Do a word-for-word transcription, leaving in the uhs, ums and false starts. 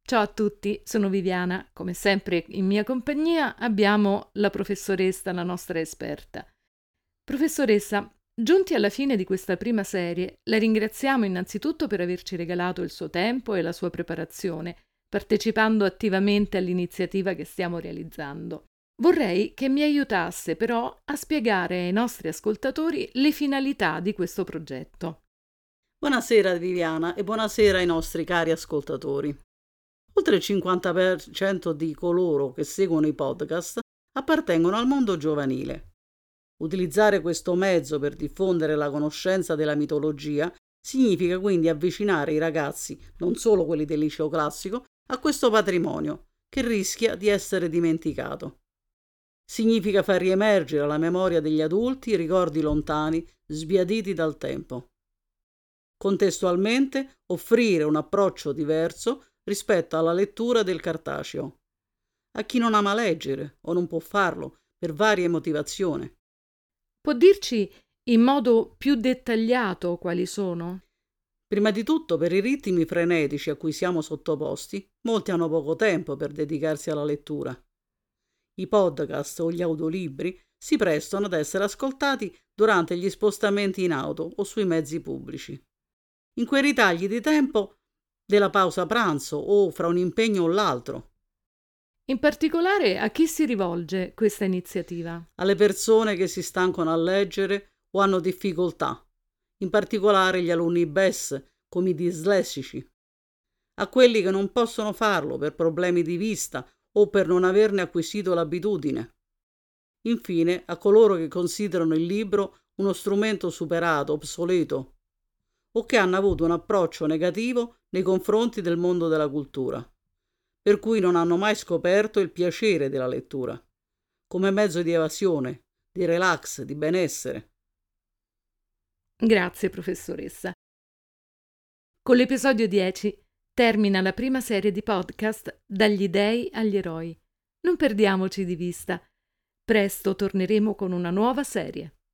Ciao a tutti, sono Viviana. Come sempre in mia compagnia abbiamo la professoressa, la nostra esperta. Professoressa, giunti alla fine di questa prima serie, la ringraziamo innanzitutto per averci regalato il suo tempo e la sua preparazione, partecipando attivamente all'iniziativa che stiamo realizzando. Vorrei che mi aiutasse però a spiegare ai nostri ascoltatori le finalità di questo progetto. Buonasera Viviana e buonasera ai nostri cari ascoltatori. Oltre il cinquanta per cento di coloro che seguono i podcast appartengono al mondo giovanile. Utilizzare questo mezzo per diffondere la conoscenza della mitologia significa quindi avvicinare i ragazzi, non solo quelli del liceo classico, a questo patrimonio che rischia di essere dimenticato. Significa far riemergere alla memoria degli adulti ricordi lontani, sbiaditi dal tempo. Contestualmente offrire un approccio diverso rispetto alla lettura del cartaceo. A chi non ama leggere o non può farlo per varie motivazioni. Può dirci in modo più dettagliato quali sono? Prima di tutto, per i ritmi frenetici a cui siamo sottoposti, molti hanno poco tempo per dedicarsi alla lettura. I podcast o gli audiolibri si prestano ad essere ascoltati durante gli spostamenti in auto o sui mezzi pubblici. In quei ritagli di tempo della pausa pranzo o fra un impegno o l'altro. In particolare a chi si rivolge questa iniziativa? Alle persone che si stancano a leggere o hanno difficoltà, in particolare gli alunni B E S, come i dislessici, a quelli che non possono farlo per problemi di vista o per non averne acquisito l'abitudine. Infine, a coloro che considerano il libro uno strumento superato, obsoleto, o che hanno avuto un approccio negativo nei confronti del mondo della cultura, per cui non hanno mai scoperto il piacere della lettura, come mezzo di evasione, di relax, di benessere. Grazie, professoressa. Con l'episodio dieci termina la prima serie di podcast Dagli dei agli eroi. Non perdiamoci di vista. Presto torneremo con una nuova serie.